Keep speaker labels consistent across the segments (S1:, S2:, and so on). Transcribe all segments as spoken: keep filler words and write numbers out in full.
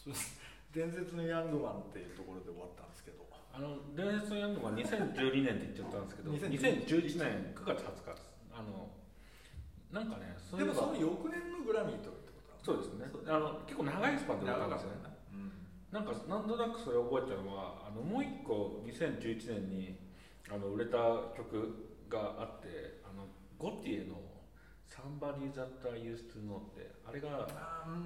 S1: 伝説のヤングマンっていうところで終わったんですけど、
S2: あの伝説のヤングマンにせんじゅうにねんって言っちゃったんですけどにせんじゅういちねんくがつはつかです。あのなんかね、
S1: でもその翌年のグラミー取るってこと
S2: なんですね。そうですね。あの結構長いスパンで終わったんですよね。うん、なんかなんとなくそれを覚えてるのは、あのもう一個にせんじゅういちねんにあの売れた曲があって、あのゴティエの Somebody That I Used to Know って、あれがあ、うん、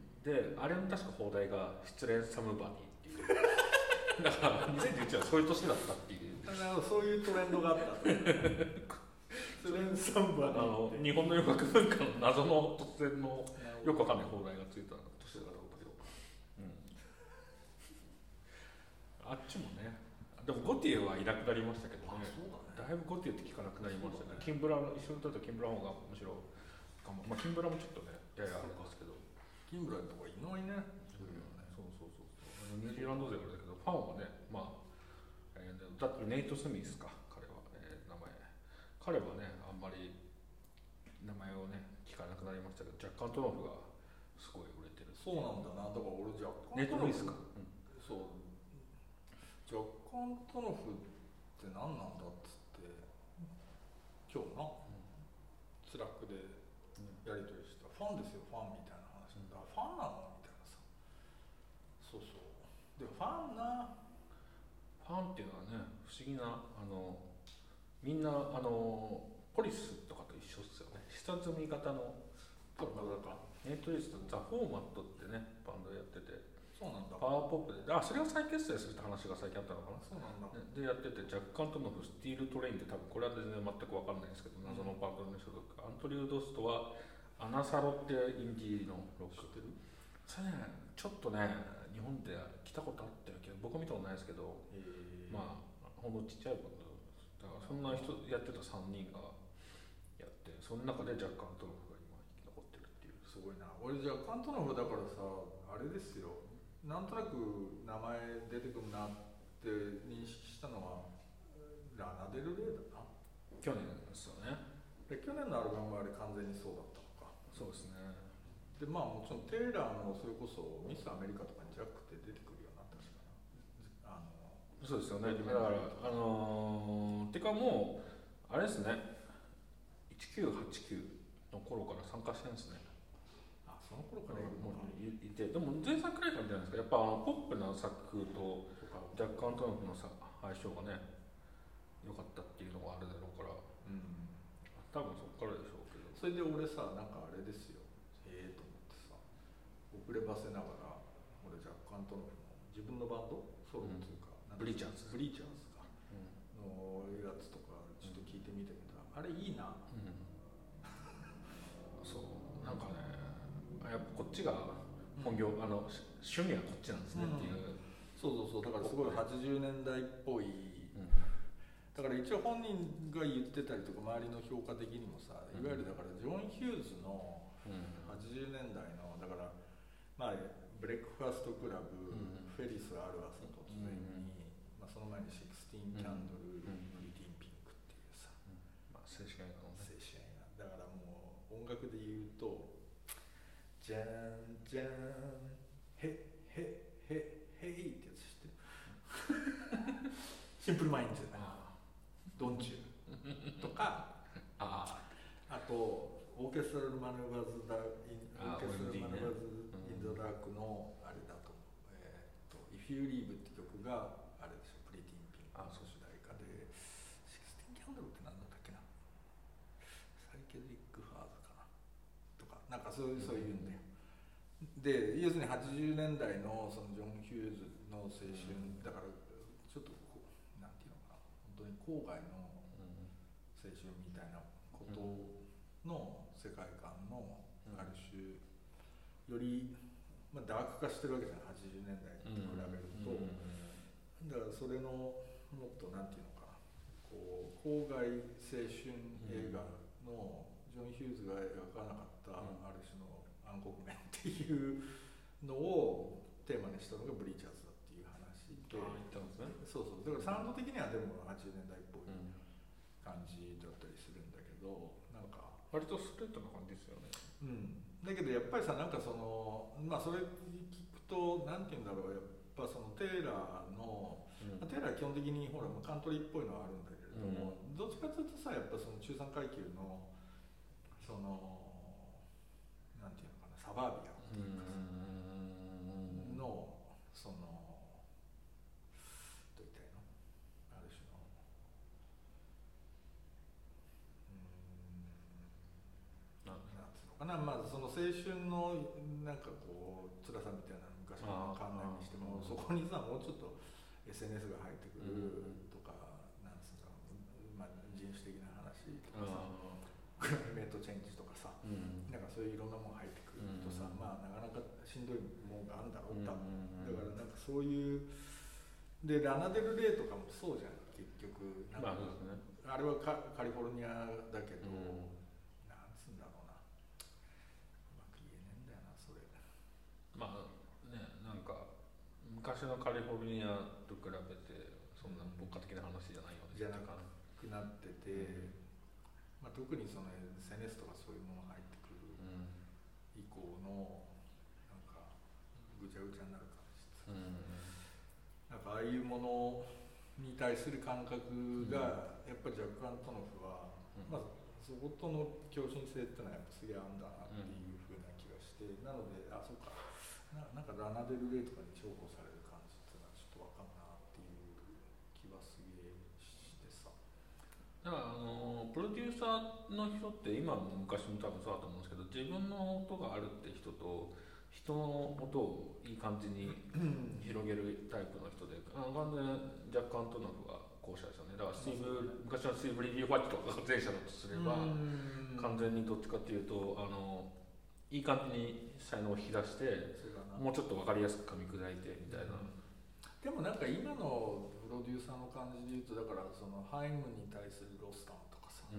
S2: で、あれの確か放題が失恋サムバディっていうだからにせんじゅういちねんはそういう年だったっていう。
S1: なるほど、そういうトレンドがあったと失恋サムバディ
S2: って日本の洋楽文化の謎の突然のよくわかんない放題がついた年だったんだけど、うん、あっちもね、でもゴティエはいなくなりましたけどね。だいぶゴティエって聞かなくなりましたね。キンブラ一緒に撮ったキンブラの方がむしろかも、まあ、キンブラもちょっとねややあれですけど、
S1: キンブラのとこいないね、
S2: そういうのね、そうそうそうそう、ニュージーランド勢からだけど、ファンはね、まあ、えー、だってネイト・スミスか彼は、えー、名前彼はねあんまり名前をね聞かなくなりましたけど、ジャック・アントノフがすごい売れてる。
S1: そうなんだな。だから俺ジャック・ア
S2: ネイト・スミスか、
S1: うん、そうジャック・アントノフって何なんだっつって今日な、うん、スラックでやり取りした、うん、ファンですよファンみたいな話だ、うん、ファンなのみたいなさ。そうそうでファンな
S2: ファンっていうのはね不思議な、あのみんなあのポリスとかと一緒ですよね。下積み型の
S1: とかだか
S2: ネイトリストザ・フォーマットってねバンドやってて、
S1: そうなんだ、
S2: パワーポップで、あそれを再結成するって話が最近あったのかな。
S1: そうなんだ。
S2: でやってて、ジャック・アントノフスティール・トレインって多分これは全然全く分かんないですけど、謎のバンドの所属、うん、アントリュー・ドストはアナサロってインディーのロック。
S1: 知ってる？
S2: それねちょっとね日本で来たことあったけど僕見たことないですけど、まあほんのちっちゃいバンドだから、そんな人やってたさんにんがやって、その中でジャック・アントノフが今生き残ってるっていう。
S1: すごいな。俺ジャック・アントノフだからさ、あれですよ、なんとなく名前出てくるなって認識したのはラナデル・レイだな。
S2: 去年ですよね。
S1: で去年のアルバムはあれ完全にそうだったのか。
S2: そうですね。
S1: でまあもちろんテイラーのそれこそミス・アメリカとかにジャックって出てくるようになったしかな。あの
S2: そうですよね。だからあのー、てかもうあれですね、せんきゅうひゃくはちじゅうきゅうの頃から参加してるんですね。
S1: あ、その頃からいるのか。
S2: いて、でも前作くらいからじゃないですか。やっぱポップな作とジャック・アントノフのさ相性がね良かったっていうのがあるだろうから、うん、多分そこからでしょうけど。
S1: それで俺さ、なんかあれですよ、ええー、と思ってさ、遅ればせながら俺ジャック・アントノフの自分のバンドソロっていうか、
S2: うん、ブリーチャーズ
S1: ブリーチャーズか、うん、のやつとかちょっと聞いてみてみた、うん、あれいいな、うん、
S2: そうなんかね、やっぱこっちが本業、うん、あの趣味はこっちなんですねっていう、うん、
S1: そうそうそう、だからすごいはちじゅうねんだいっぽい、うん、だから一応本人が言ってたりとか周りの評価的にもさ、いわゆるだからジョン・ヒューズのはちじゅうねんだいのだからまあブレックファーストクラブ、うん、フェリス・ある朝突然に、うん、まあ、その前にシクスティーン・キャンドル、うん、プリティン・ピンクっていうさ、
S2: うん、まあ静止画映画のね、
S1: 静止画映画だからもう音楽で言うとじゃんじゃんへへへへいってやつ知ってるシンプルマインズドンチューとかああとオーケストラルマネーバーズダオーケストラルマネーバーズインドダークのあれだと、えー、と If You Leave って曲があれでしょ、プリティンピンクの主題歌で、シクスティーンキャンドルって何だったっけな、サイケデリックハーズかなとかなんかそういうそういうんだよ。で要するにはちじゅうねんだいのそのジョン・ヒューズの青春だからちょっとこうなんていうのかな、本当に郊外の青春みたいなことの世界観のある種より、まあ、ダーク化してるわけじゃない、はちじゅうねんだいと比べると、だからそれのもっとなんていうのかな、こう郊外青春映画のジョン・ヒューズが描かなかったある種の暗黒面っていうのをテーマにしたのがブリーチャーズだっていう話で、
S2: ああ言ったんですね。
S1: そうそう、だからサウンド的にはでもはちじゅうねんだいっぽい感じだったりするんだけど、なんか
S2: 割とストレートな感じですよね。
S1: うん、だけどやっぱりさ、なんかそのまあそれ聞くとなんていうんだろう、やっぱそのテイラーの、うんまあ、テイラーは基本的にほらカントリーっぽいのはあるんだけれども、うん、どっちかというとさやっぱその中産階級のそのなんていうのかなサバービアンっていうかさ、うん、のそのどう言ったらいいのある種のかな、まあ、その青春のなんかこう辛さみたいなの昔の考えにしてもそこにさもうちょっと エスエヌエス が入ってくるとか、うん、なんつうの、まあ、人種的な話とかさクライメートチェンジとかさ、うん、なんかそういういろんなもの入ってくるとさ、うん、まあなかなかしんどいものがあるんだろう多分、うん、だからなんかそういうでラナデル・レイとかもそうじゃん結局なんか、まあね、あれは カ, カリフォルニアだけど、うん
S2: まあね、なんか昔のカリフォルニアと比べてそんな牧歌的な話じゃないよね、
S1: じゃなくなってて、まあ、特にその エスエヌエス とかそういうものが入ってくる以降のなんかぐちゃぐちゃになる感じ、うん、なんかああいうものに対する感覚がやっぱりジャック・アントノフは、うんまあ、そことの共振性ってのはやっぱすげえあるんだなっていうふうな気がして、なのであそうかな, なんかラナデル・レイとかに重宝される感じっていうのはちょっとわかんなっていう気はすげえしてさ。
S2: だからあのプロデューサーの人って今も昔も多分そうだと思うんですけど自分の音があるって人と人の音をいい感じに広げるタイプの人で、あの完全にジャック・アントノフは後者ですよね。だからスティーブ、昔のスティーブ・リリー・ファッチとかが前者だとすれば完全にどっちかっていうとあのいい感じに才能を引き出してもうちょっと分かりやすく噛み砕いてみたいな、うん、
S1: でもなんか今のプロデューサーの感じで言うとだからそのハイムに対するロスタンとかさ、うん、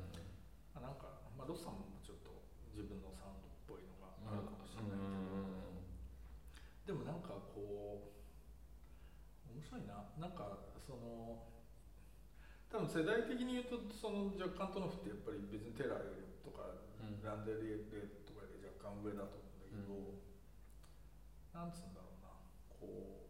S1: なんか、まあ、ロスタンもちょっと自分のサウンドっぽいのがあるかもしれないけど、うん、でもなんかこう面白いな、なんかその多分世代的に言うとそのジャック・アントノフってやっぱり別にテラーとか、うん、ランデリエとかで若干上だと思うんだけど、うん、なんつうんだろうな、こう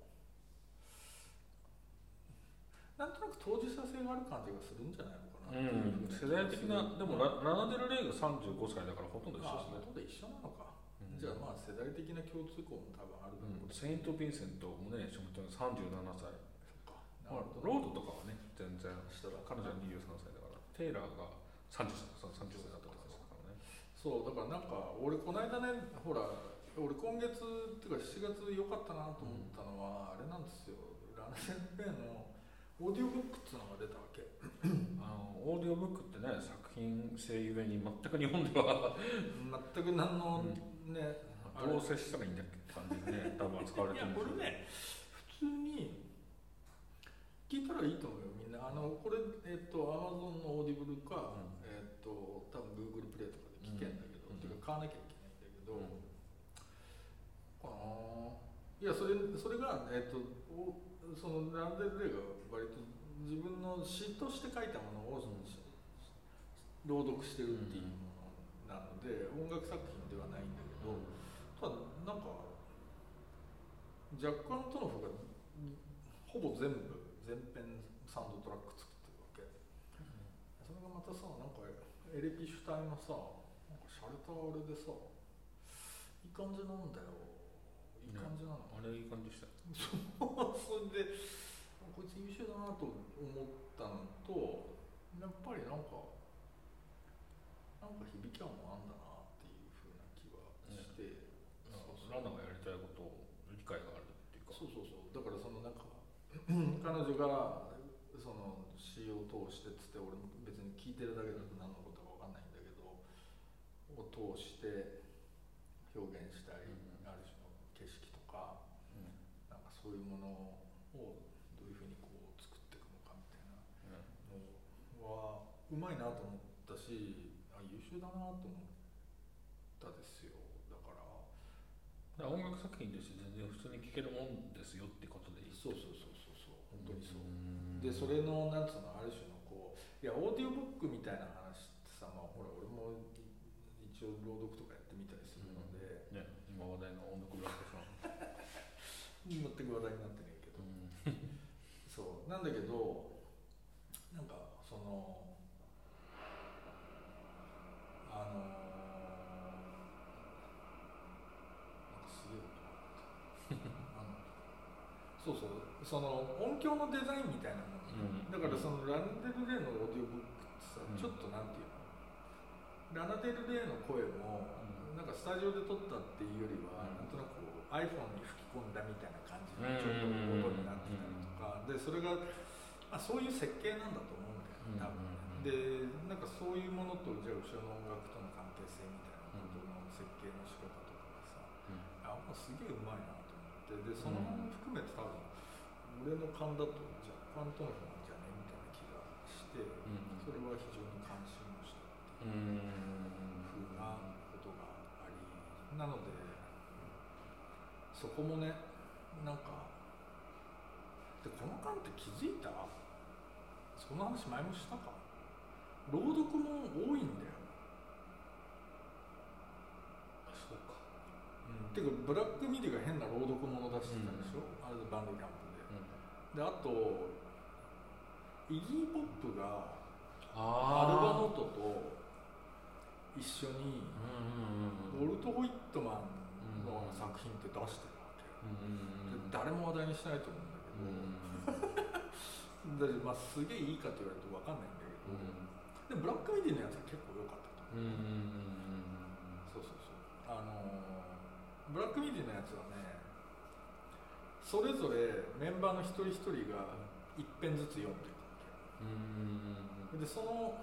S1: なんとなく当事者性がある感じがするんじゃないのかな、
S2: うん、世代的な。でもラナデル・レイがさんじゅうごさいだからほとんど一緒ですね。
S1: ほとんど一緒なのか、うん、じゃあまあ世代的な共通項も多分あるだろう、うん、
S2: セイント・ヴィンセントもねさんじゅうななさい、ロードとかはね全然下だ、彼女はにじゅうさんさいだからテイラーがさんじゅっさいだったってことですからね。
S1: そうだからなんか俺この間ねほら俺今月っていうかしちがつ良かったなと思ったのは、うん、あれなんですよ、ラナデル・レイのオーディオブックっていうのが出たわけ
S2: あのオーディオブックってね作品性ゆえに全く日本では
S1: 全く何のね、
S2: うん、どう接したらいいんだっけ感じでね多分扱われてるんですよ。
S1: いやこれね普通に聞いたらいいと思うよみんな。あのこれえっ、ー、と Amazon のオーディブルか、うん、えっ、ー、と多分 Google プレイとかで聞けんだけど、うん、っていうか買わなきゃいけないんだけど、うん、かないやそれそれがえっ、ー、とそのランデル・レイが割と自分の詩として書いたものを、うん、朗読してるっていうものなので、うん、音楽作品ではないんだけど、うん、ただなんかジャック・アントノフがほぼ全部全編サウンドトラック作ってるわけ、うん、それがまたさなんかエレピ主体のさなんか洒落たあれでさいい感じなんだよ、いい感じなの、
S2: ね、あれいい感じでした
S1: それでこいつ優秀だなと思ったのとやっぱりなんかなんか響きはもあんだなっていう風な気はして、ね、
S2: そうそうランナーがやりたいことを理解があるっていうか、
S1: そうそうそうだからそのなんか彼女がその詩を通してっつって俺も別に聞いてるだけだと何のことか分かんないんだけどを通して表現したい、うん、ある種の景色とか、うん、なんかそういうものをどういうふうにこう作っていくのかみたいなのはうまいなと思ったしあ優秀だなと思ったですよ。だから
S2: 音楽作品として全然普通に聴けるもんですよってことでいい。
S1: そうそうそうそうそう本当にそう。でそれのなんつうのある種のこういやオーディオブックみたいな話ってさまあほら俺も一応朗読とかやってみたりするので、
S2: うん、ね今話題の音読ブラックさん
S1: 全く話題になってないけど、うん、そうなんだけどなんかそのあのー、なんかすげえそうそうその音響のデザインみたいなもの、うん、だからそのラナデル・レイのオーディオブックってさ、うん、ちょっとなんていうのラナデル・レイの声も、うん、なんかスタジオで撮ったっていうよりは、うん、なんとなくこう iPhone に吹き込んだみたいな感じのちょっと音になってたりとか、うん、でそれが、まあ、そういう設計なんだと思うんだよね多分ね、うん、でなんかそういうものとじゃあ後ろの音楽との関係性みたいなことの設計の仕方とかがさ、うん、あもうすげえうまいなと思ってでその含めて多分俺の勘だと若干トーンなんじゃねみたいな気がして、うん、それは非常に関心をしたっていうふうなことがありなのでそこもねなんかでこの間って気づいたその話前もしたか朗読も多いんだよ
S2: あそうか、
S1: うん、ていうかブラックミディが変な朗読物出してたでしょ、うん、あれでバンドキャンプであとイギー・ポップがアルバノートと一緒にウォルト・ホイットマンの作品って出してるわけ、うんうん、誰も話題にしないと思うんだけど、うん、だまあすげえいいかと言われると分かんないんだけど、うん、でブラックミディのやつは結構良かったと思う、うん、そうそうそうあのー、ブラックミディのやつはねそれぞれメンバーの一人一人が一編ずつ読んでいくわけでその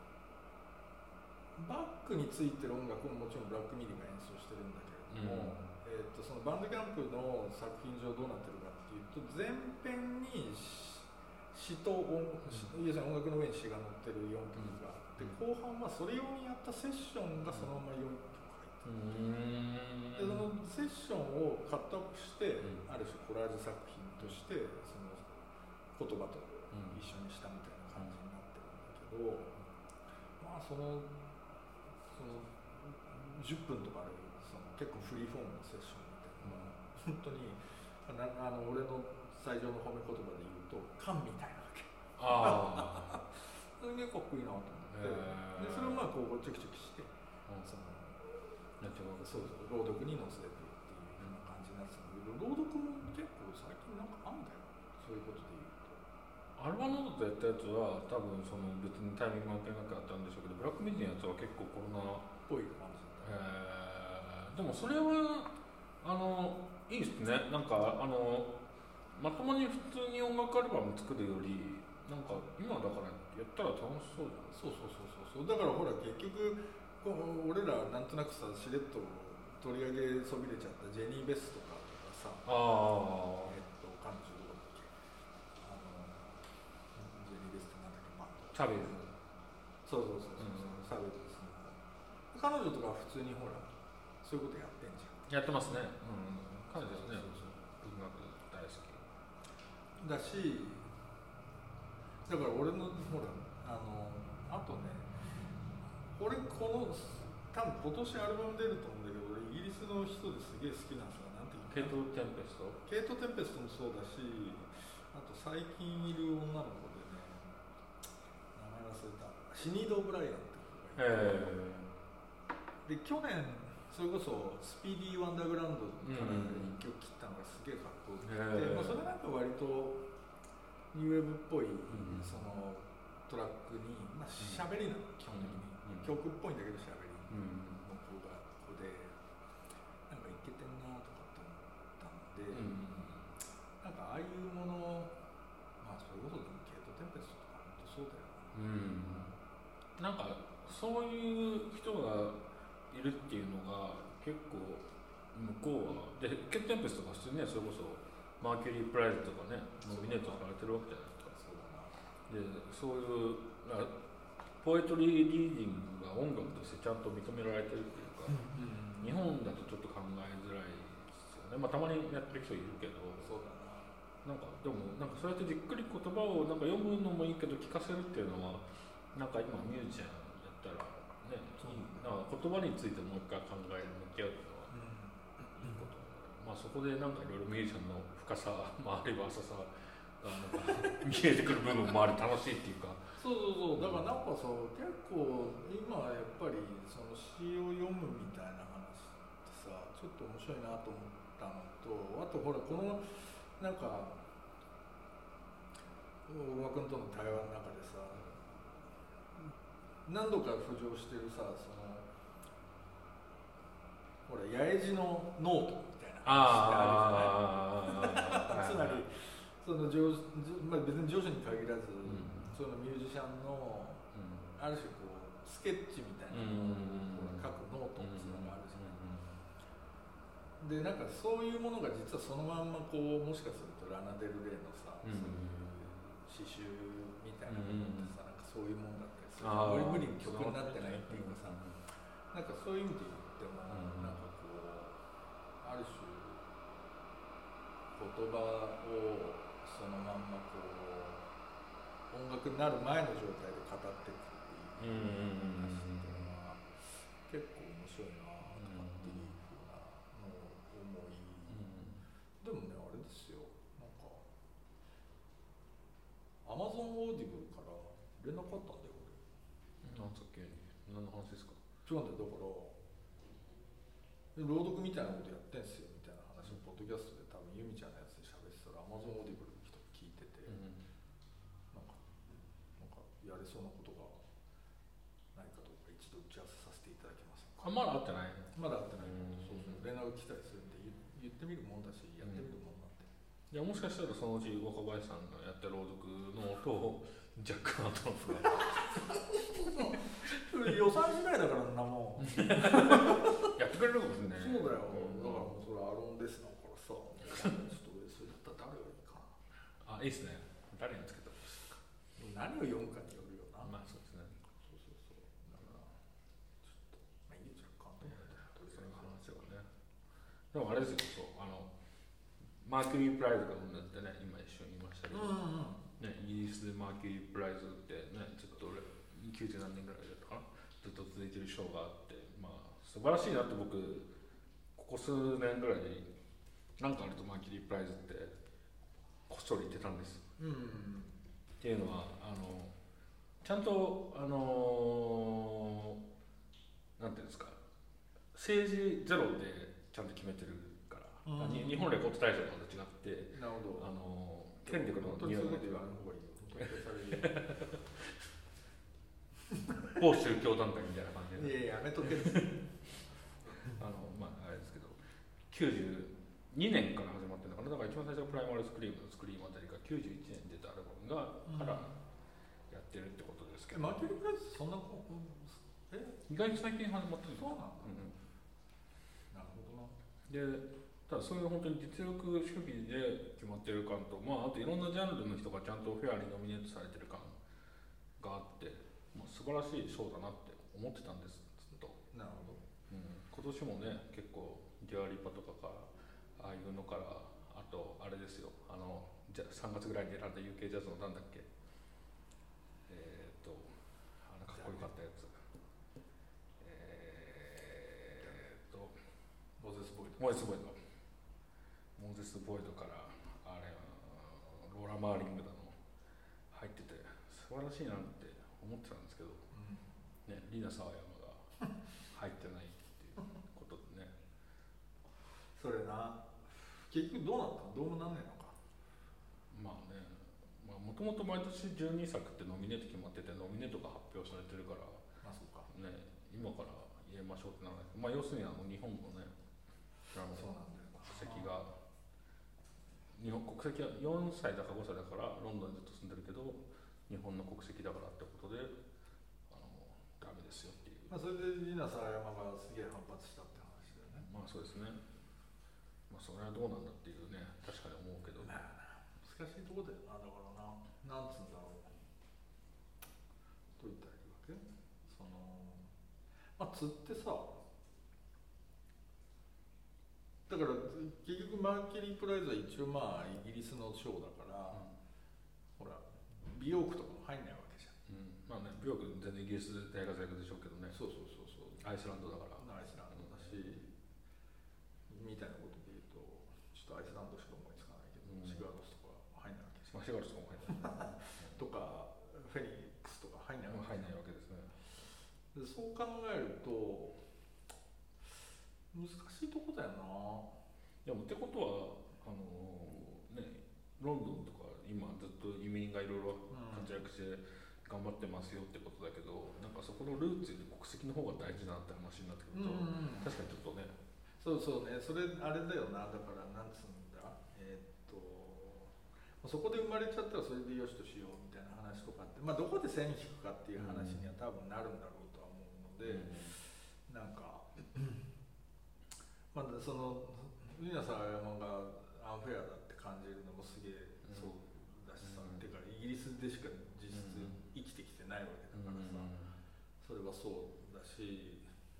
S1: バックについてる音楽ももちろんブラックミディが演奏してるんだけれども、うんえー、とそのバンドキャンプの作品上どうなってるかっていうと前編に詩と音、うん、要するに音楽の上に詩が載ってるよんきょくがあって、うん、後半はそれ用にやったセッションがそのままよんきょくでそのセッションをカットアップして、うん、ある種コラージュ作品としてその言葉と一緒にしたみたいな感じになってるんだけど、まあそのそのじゅっぷんとかあるその結構フリーフォームのセッションみたいなのが、うん、本当になあの俺の最上の褒め言葉で言うと缶みたいなわけあそれがかっこいいなと思ってでそれをまあこうチェキチェキして、うん、そのそうそう朗読に載せていくっていうような感じになってたんだけど朗読も結構最近なんかあんだよそういうことで言うと
S2: アルバノートでやったやつは多分その別にタイミング関係なくあったんでしょうけどブラックミディのやつは結構コロナ
S1: っぽい感じだ
S2: った、えー、でもそれはあのいいですねなんかあのまともに普通に音楽アルバム作るよりなんか今だからやったら楽しそうじゃん
S1: そうそうそうそうだからほら結局俺らなんとなくさしれっと取り上げそびれちゃったジェニー・ベスとかがさあえっと彼女どこだっけあのジェニー・ベスってなんだっけバンド
S2: サベル
S1: そうそうそうそう、うん、サベルですね彼女とかは普通にほらそういうことやってんじゃ
S2: んやってますねうん彼女ですね文学大好き
S1: だしだから俺のほらあのあとね俺この多分今年アルバム出ると思うんだけど俺イギリスの人ですげえ好きなんですよなんていう
S2: ケイト・テンペスト
S1: ケイト・テンペストもそうだしあと最近いる女の子でね名前忘れたシニード・オブライアンって子がいて、えー、で去年それこそスピーディー・ワンダーグラウンドから一曲切ったのがすげえかっこよくて、えーまあ、それなんか割とニューウェブっぽい、うん、そのトラックにまあ喋りなの基本的に、うん、曲っぽいんだけど喋りの子が子でなんかイケてんなとかって思ったんで、うん、なんかああいうものまあそれこそでもケイト・テンペストとか本当そうだよ
S2: な、うん、なんかそういう人がいるっていうのが結構向こうはでケイト・テンペストとか普通にねそれこそマーキュリー・プライズとかねノミネートされてるわけじゃないですかそうだなでそういうポエトリーリーディングが音楽としてちゃんと認められてるっていうか、うんうん、日本だとちょっと考えづらいですよね、まあ、たまにやってる人いるけど
S1: そうだ
S2: ななんかでもなんかそうやってじっくり言葉をなんか読むのもいいけど聞かせるっていうのはなんか今ミュージシャンやったらねなんか言葉についてもう一回考える向き合うのは、うん、いいこと、まあ、 あ、そこでなんかいろいろミュージシャンの深さ、まあ、あるいは浅さがなんか見えてくる部分もあり楽しいっていうか。
S1: そうそうそう、だからなんかさ、結構今やっぱりその詩を読むみたいな話ってさ、ちょっと面白いなと思ったのと、あとほらこのなんか大場君との対話の中でさ、何度か浮上してるさ、そのほら八重寺のノートみたいな話ってあるじゃない。つまりその上、まあ、別に上司に限らず、うん、そのミュージシャンの、うん、ある種こうスケッチみたいなものを書くノートっていうのがあるじゃない。でなんかそういうものが実はそのまんまこうもしかするとラナ・デル・レイのさ、うん、そういう詩集みたいなものってさ、なんかそういうもんだったりする。無理無理に曲になってないっていうかさ、なんかそういう意味で言っても、うん、なんかこうある種言葉をそのまんまこう音楽になる前の状態で語っていくっていう話っていうのは結構面白いなとかっていうふうなのを思い、でもねあれですよ、なんか Amazon オーディブルから連絡あったんだよ俺。
S2: なんだっけ、何の話ですか。
S1: 違うんだよ、だから朗読みたいなことやってんすよみたいな話をポッドキャストで多分ユミちゃんのやつで喋ってたら Amazon オーディブルの人が聞いてて、うん、なんかなんかやれそうなことがないかどうか一度打ち合わせさせていただけますか。
S2: あ、まだ会ってない。
S1: まだ会ってない。そうそう、連絡来たりするんで言ってみるもんだし、やってみるもんなんで、
S2: うん、いやもしかしたらそのうち若林さんがやった朗読の音を若干後のフラ
S1: 予算次第だからなもん
S2: やってくれるかもしれない。
S1: そうだよ、うん、だからもうそれアロンですだからさ、ちょっと俺それだったら誰がいいか
S2: な。あ、いいっすね。誰につけたらいいですか。
S1: 何を読むかによるよな。
S2: まあそうですね。
S1: そうそうそう。だからちょっとまあいいよ、若干と思って
S2: そういう話はね。でもあれですよ、そうあのマーキュリープライズが生んだってね、今一緒に言いましたけど、うんうん、ね、イギリスでマーキュリープライズってね、ずっときゅうじゅうなんねんぐらいだったかな、ずっと続いてる賞があって、まあ素晴らしいなって僕ここ数年ぐらいになんかあるとマーキュリープライズってこっそり言ってたんです、うんうんうん、っていうのはあのちゃんとあのなんていうんですか、政治ゼロでちゃんと決めてるから、うん、日本レコード大賞とかと違って、
S1: なるほど、
S2: あの権力の
S1: 匂いが出る方がいいよ
S2: 某宗教団体みたいな感じで、
S1: いややめとけ
S2: あのまああれですけどきゅうじゅうにねんから始まってるのかな。だから一番最初のプライマルスクリームのスクリームあたりがきゅうじゅういちねんに出たアルバムがからやってるってことですけど、
S1: うん、マーキュリープライズそんなえ
S2: 意外に最近始まってるんですよ。
S1: そうなんだ、うん、なるほどな。
S2: でただそういう本当に実力主義で決まってる感と、まあ、あといろんなジャンルの人がちゃんとフェアにノミネートされてる感があって、まあ、素晴らしい賞だなって思ってたんですずっと。
S1: なるほど、
S2: うん、今年もね結構デュアリパとかからああいうのから、あとあれですよ、あのじゃさんがつぐらいに選んだ ユーケー ジャズのなんだっけ、えー、っとあのかっこよかったやつ、えー、っと
S1: モーゼス・ボイド
S2: モーゼス・ボイドモーゼス・ボイドからあれローラ・マーリングだの入ってて素晴らしいなって思ってたんですけど、うんね、リナ・サワヤマが入ってないっていうことでね
S1: それな、結局どうなったの、どうもなんねえのか。
S2: まあね、もともと毎年じゅうにさくってノミネート決まってて、ノミネートが発表されてるから、
S1: まあそうか
S2: ね、今から入れましょうってならない、まあ、要するにあの日本のねあの
S1: そうなんだよ、
S2: 国籍が日本国籍はよんさいだかごさいだからロンドンにずっと住んでるけど日本の国籍だからってことであのダメですよっていう、
S1: まあ、それでリナ・サワヤマがすげえ反発したって話だよね。
S2: まあそうですね、まあそれはどうなんだっていうね、確かに思うけど、
S1: まあ、難しいところだよな。だからな、なんつうんだろう、どう言ったらいいわけ、そのまあつってさ、だから結局マーキュリープライズは一応まあイギリスの賞だから、うん、ほら美容区とかも入んないわけじゃん、
S2: うん、まあね、美容区全然イギリスで大活躍でしょうけどね。
S1: そうそうそうそう、
S2: アイスランドだから、
S1: アイスランドだし、うん、みたいなことで言うとちょっとアイスランドしか思いつかないけど、うん、シガロスとか入んないわけです
S2: よ、まあ、シガロスとかも入んない
S1: とかフェニックスとか入んないわ
S2: けです、入んないわけですね。
S1: でそう考えると難しいとこだよな。
S2: でもってことはあのー、ねロンドンとか今ずっと移民がいろいろ活躍して頑張ってますよってことだけど、なんかそこのルーツより国籍の方が大事なって話になってくると、うんうん、確かにちょっとね、
S1: そうそうね、それあれだよな、だからなんつうんだ、えー、っとそこで生まれちゃったらそれでよしとしようみたいな話とかって、まあ、どこで線引くかっていう話には多分なるんだろうとは思うので、うん、なんかまあそのリナさんがアンフェアだって感じるのもすげえそうだしさ、うん、てかイギリスでしか実質生きてきてないわけだからさ、うん、それはそうだし、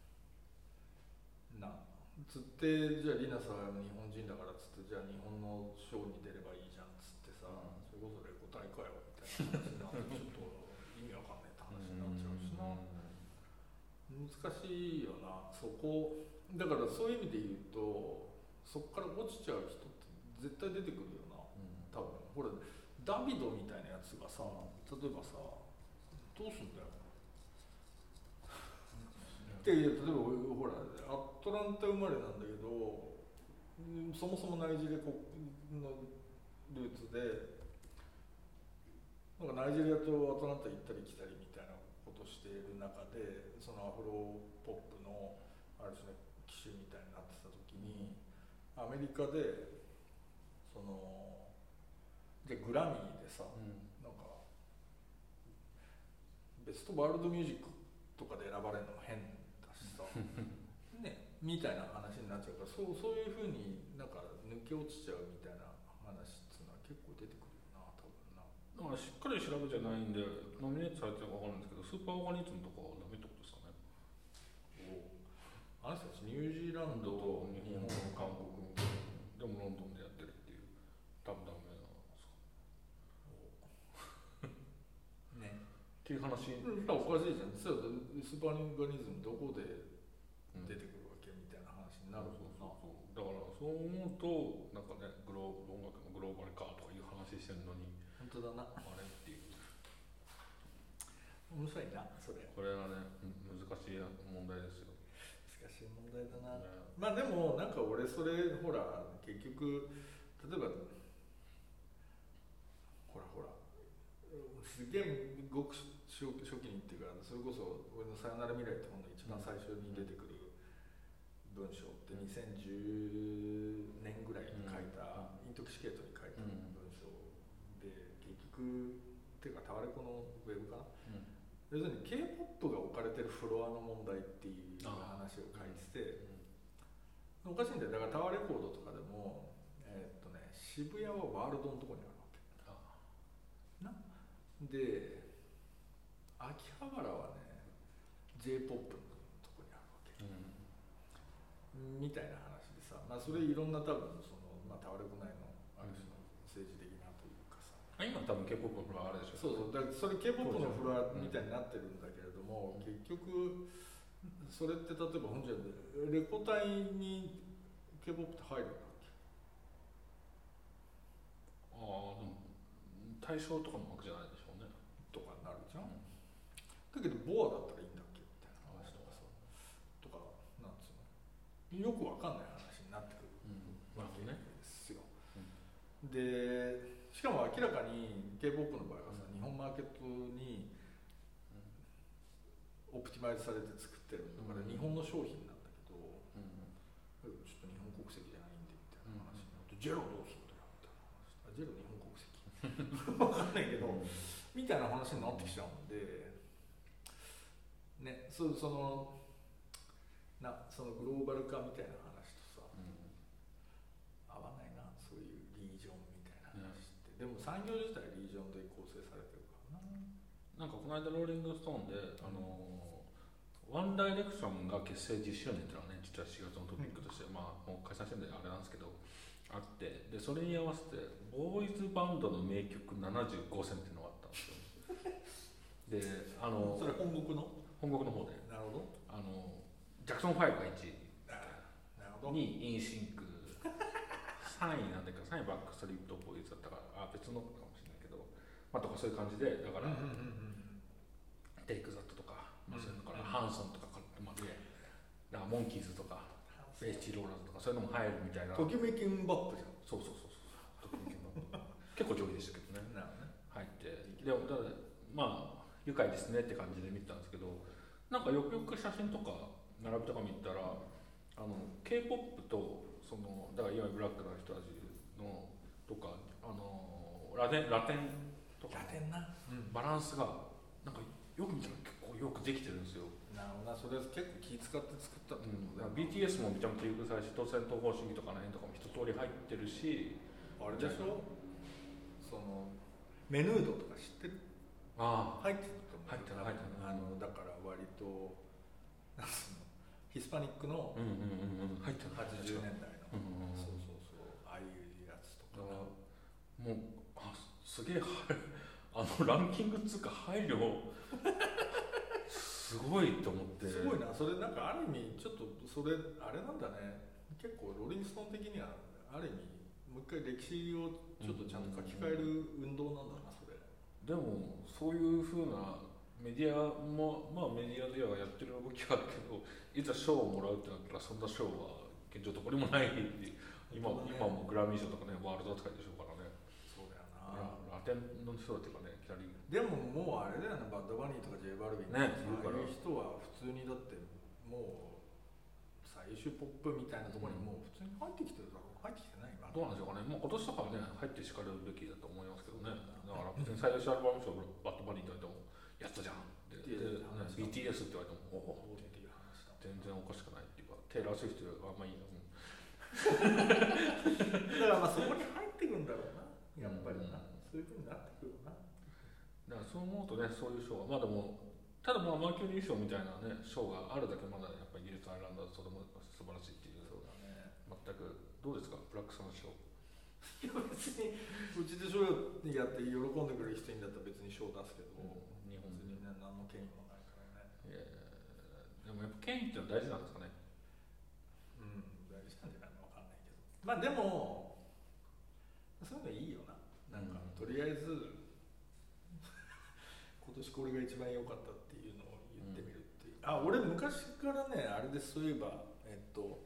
S1: なつってじゃあリナさんは日本人だからつってじゃあ日本のショーに出ればいいじゃんつってさ、うん、それこそレコ大かよみたいな話になってちょっと意味わかんないって話になっちゃうしな、難しいよなそこだから。そういう意味で言うとそこから落ちちゃう人って絶対出てくるよな、多分。ほらダビドみたいなやつがさ、例えばさどうすんだよって例えばほらアトランタ生まれなんだけど、そもそもナイジェリアのルーツでなんかナイジェリアとアトランタ行ったり来たりみたいなことしている中で、そのアフロポップのある種の機種みたいになってた時に、アメリカでそのじゃあグラミーでさ、うん、なんかベストワールドミュージックとかで選ばれるのも変だしさねみたいな話になっちゃうから、そうそういうふうになんか抜け落ちちゃうみたいな話っていうのは結構出てくるよな、多分な。
S2: だからしっかり調べじゃないんでノミネートされてるか分かるんですけど、スーパーオーガニズムとかはダメってことですかね。
S1: おあの人たちニュージーランドと
S2: 日本、韓国でもロンドンでやってるっていう、多分ダメなんですかねっていう話、
S1: うん、おかしいじゃん。スーパーオーガニズムどこで出てくるわけみたいな話になるもんな。
S2: そうそうそう、だからそう思うとなんかね、グロー音楽のグローバル化とかいう話してるのに
S1: 本当だな、
S2: あれっていう
S1: 面白いなそれ。
S2: これはね難しい問題ですよ。
S1: 難しい問題だな、ね、まあでもなんか俺それほら結局例えばほらほらすげえごく初期にっていうか、それこそ俺の「さよなら未来」って本の一番最初に出てくる文章ってにせんじゅうねんぐらいに書いた、イントキシケートに書いた文章で、結局っていうかタワレコのウェブかな、要するに K-ポップ が置かれてるフロアの問題っていう話を書いてて、おかしいんだよ。だからタワーレコードとかでも、えー、っとね渋谷はワールドのところにあるわけな。で秋葉原はね J-ポップ のところにあるわけ、うん、みたいな話でさ、まあそれいろんな多分その、まあ、タワレコ内のある種の政治的なというかさ、
S2: うん、今多分 K-ポップ のフロアあるでしょ。
S1: そうそう、だからそれ K-ポップ のフロアみたいになってるんだけれども、うん、結局それって例えば本じゃレコ大に K-ポップ って入るんだっけ。
S2: ああ、でも対象とかの枠じゃないでしょうね
S1: とかなるじゃん、うん、だけどボアだったらいいんだっけみたいな話とかさ、とかなんつうのよくわかんない話になってくるわけですよ、うん、でしかも明らかに K-ポップ の場合はさ、うん、日本マーケットにオプティマイズされて作ってるんだから、日本の商品なんだけど、うん、ちょっと日本国籍じゃないんでみたいな話になって、うん、ジェロどうするんだよみたいな話、あジェロ日本国籍わかんないけど、うん、みたいな話になってきちゃうんでね、そそのなそのグローバル化みたいな話とさ、うん、合わないな、そういうリージョンみたいな話って、うん、でも産業自体リージョンで構成されてるからな。
S2: なんかこの間ローリングストーンで、あのワンダイレクションが結成じゅっしゅうねんっていうのはね、実はしがつのトピックとして、うん、まあもう解散してるんであれなんですけどあって、でそれに合わせてボーイズバンドの名曲ななじゅうごせんっていうのがあったんですよで、あの
S1: それ本国の
S2: 本国の方で、
S1: なるほど、
S2: あのジャクソンファイブがいちい、にインシンク、 さんいなんだけどさんいバックストリートボーイズだったからあ別のかもしれないけど、まあ、とかそういう感じでだから、テイクザットとか、まあ、そういうのから、ハンソンとかまでだからモンキーズとかベイチーローラーズとかそういうのも入るみたいな。
S1: ときめきんバップじゃん。
S2: そうそうそうそうときめきんバップ結構上位でしたけどね。
S1: なるほどね。
S2: 入ってでもただまあ愉快ですねって感じで見てたんですけど、なんかよくよく写真とか並びとか見たらあの K-ポップ とそのだからいわゆるブラックな人たちのとかあのラテンラテンとかのバランスがなんかよく見たら結構よくできてるんですよ。
S1: なるほどな、それ結構気使って作ったってことだよ、
S2: うん、ビーティーエス もめちゃめちゃ優遇されし、当選統合主義とかの辺とかも一通り入ってるし、
S1: あれでしょ、そのメヌードとか知ってる？
S2: ああ
S1: 入ってると思う。
S2: 入ってる入ってる。
S1: あのだから割となんつうのヒスパニックの
S2: 入ってる
S1: はちじゅうねんだいの、
S2: うんうんうん、
S1: そうそうそうああいうやつとか。
S2: もうあすげえあのランキングっつうか配慮すごいと思って。
S1: すごいな、それなんかある意味ちょっとそれあれなんだね。結構ローリングストーン的にはある意味もう一回歴史をちょっとちゃんと書き換える運動なんだなそれ。
S2: でもそういう風なメディアもまあメディアではやってる動きはあるけど、いざ賞をもらうってなったらそんな賞は現状どこにもないって今、ね、今もグラミー賞とかねワールド扱いでしょうからね。
S1: そうだよな。
S2: ラテンの人っていうかね、いきなり
S1: でももうあれだよね、バッドバニーとか J バルビンとか、ね、ああいう人は普通にだってもう最終ポップみたいなところにもう普通に入ってきてるだろう。入ってきてない今。
S2: どうなんでしょうかね。もう今年とかはね入ってしかるべきだと思いますけどね。だから別に最初アルバム賞バッドバニーって言われてもやったじゃんってで、で ビーティーエス って言われてもおおっていう話だ。全然おかしくないっていうか、テイラー・スウィフトはあんまいいな。
S1: だからまあそこに入ってくんだろうな、やっぱりな、うん、そういう風になってくるな。
S2: だからそう思うとね、そういう賞はまあでもただまあマーキュリー賞みたいなね賞があるだけまだやっぱりイギリスアイルランドはそれも素晴らしいっていう。
S1: そうだね。
S2: 全くどうですかブラックさんの賞。
S1: いや別にうちで賞やって喜んでくれる人いんだったら別に賞出すけど、うん、日本にね何の権威もないからね。
S2: いやでもやっぱ権威ってのは大事なんですかね。
S1: うん大事なんじゃないのわかんないけど。まあでもそういうのいいよな。なんか、うん、とりあえず今年これが一番良かったっていうのを言ってみるっていう、うん、あ俺昔からねあれでそういえばえっと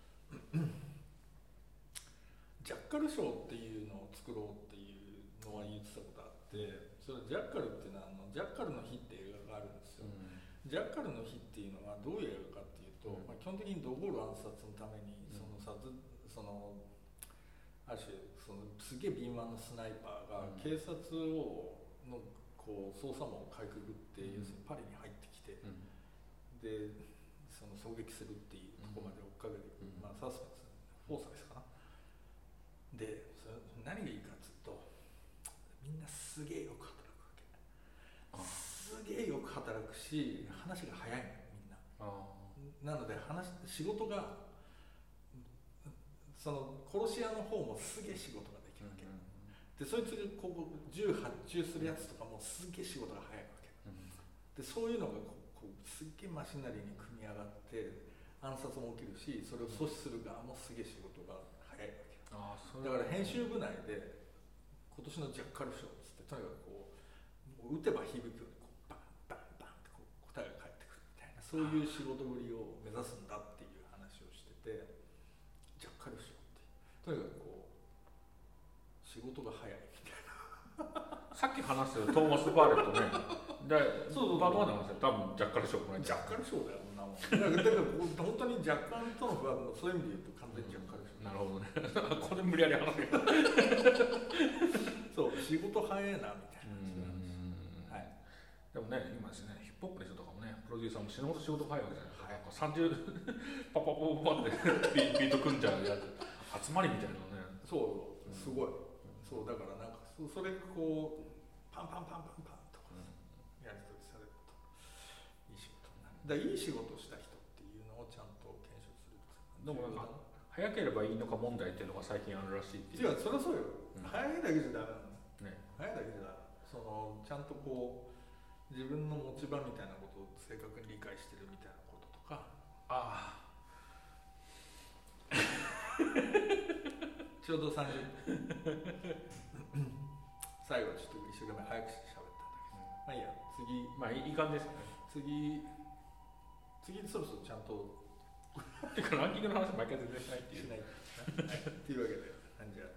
S1: ジャッカル賞っていうのを作ろうっていうのは言ってたことあって、それジャッカルっていうのはあのジャッカルの日っていう映画があるんですよ、うん、ジャッカルの日っていうのはどういう映画かっていうと、うん、まあ、基本的にドゴール暗殺のためにその殺、そのある種そのすげえ敏腕のスナイパーが警察をのこう捜査網をかいくぐって、うん、要するにパリに入ってきて、うん、でその狙撃するっていうところまで追っかけてくる、うん、まあサスペンスフォーサイスかな。でそれ何がいいかっつうとみんなすげえよく働くわけ。すげえよく働くし話が早いのみんな。なので話仕事がその殺し屋の方もすげえ仕事ができるわけ、うんうん、でそいつがこう銃発注するやつとかもすげえ仕事が早いわけ、うん、でそういうのがこうこうすっげえマシナリーに組み上がって暗殺も起きるしそれを阻止する側もすげえ仕事が早いわけ。あそれだから編集部内で今年のジャッカル賞っつってとにかくこう打てば響くようにこうバンバンバンってこう答えが返ってくるみたいなそういう仕事ぶりを目指すんだっていう話をしててジャッカル賞ってとにかくこう仕事が早いみたいな
S2: さっき話したトーマス・バーレットねでそうそうバードなんですよ多分ジャッカル賞もね
S1: ジャッカル賞だよなもんだからだから本当に若干との不安もそういう意味で言うと完全にジャッカル賞、うん、
S2: なるほどねこれ無理やり話す
S1: そう仕事早いなみたいな。
S2: はい、でもね今ですねヒップホップの人とかもねプロデューサーも死ぬほど仕事早いわけじゃないですか、はい、さんじゅうパパパパってビート組んじゃうやつ集まりみたいなのね。
S1: そうすごい、うん、そうだからなんかそそれがこうパンパンパンパンパンとかやり取りされるといい仕事になる。だからいい仕事をした人っていうのをちゃんと検証する。
S2: でもなんか早ければいいのか問題っていうのが最近あるらしいっていう。
S1: 違うそれはそうよ、うん、早いだけじゃダメなの、ね、早いだけじゃダメ。そのちゃんとこう自分の持ち場みたいなことを正確に理解してるみたいなこととか。
S2: ああ
S1: ちょうどさんじゅっぷん最後ちょっと一生懸命早くして喋ったんだけど、まあいいや、次
S2: まあいい感じですね。
S1: 次次そろそろちゃんと
S2: てかランキングの話毎回全然しないっていう
S1: しないはい、というわけで、じゃあ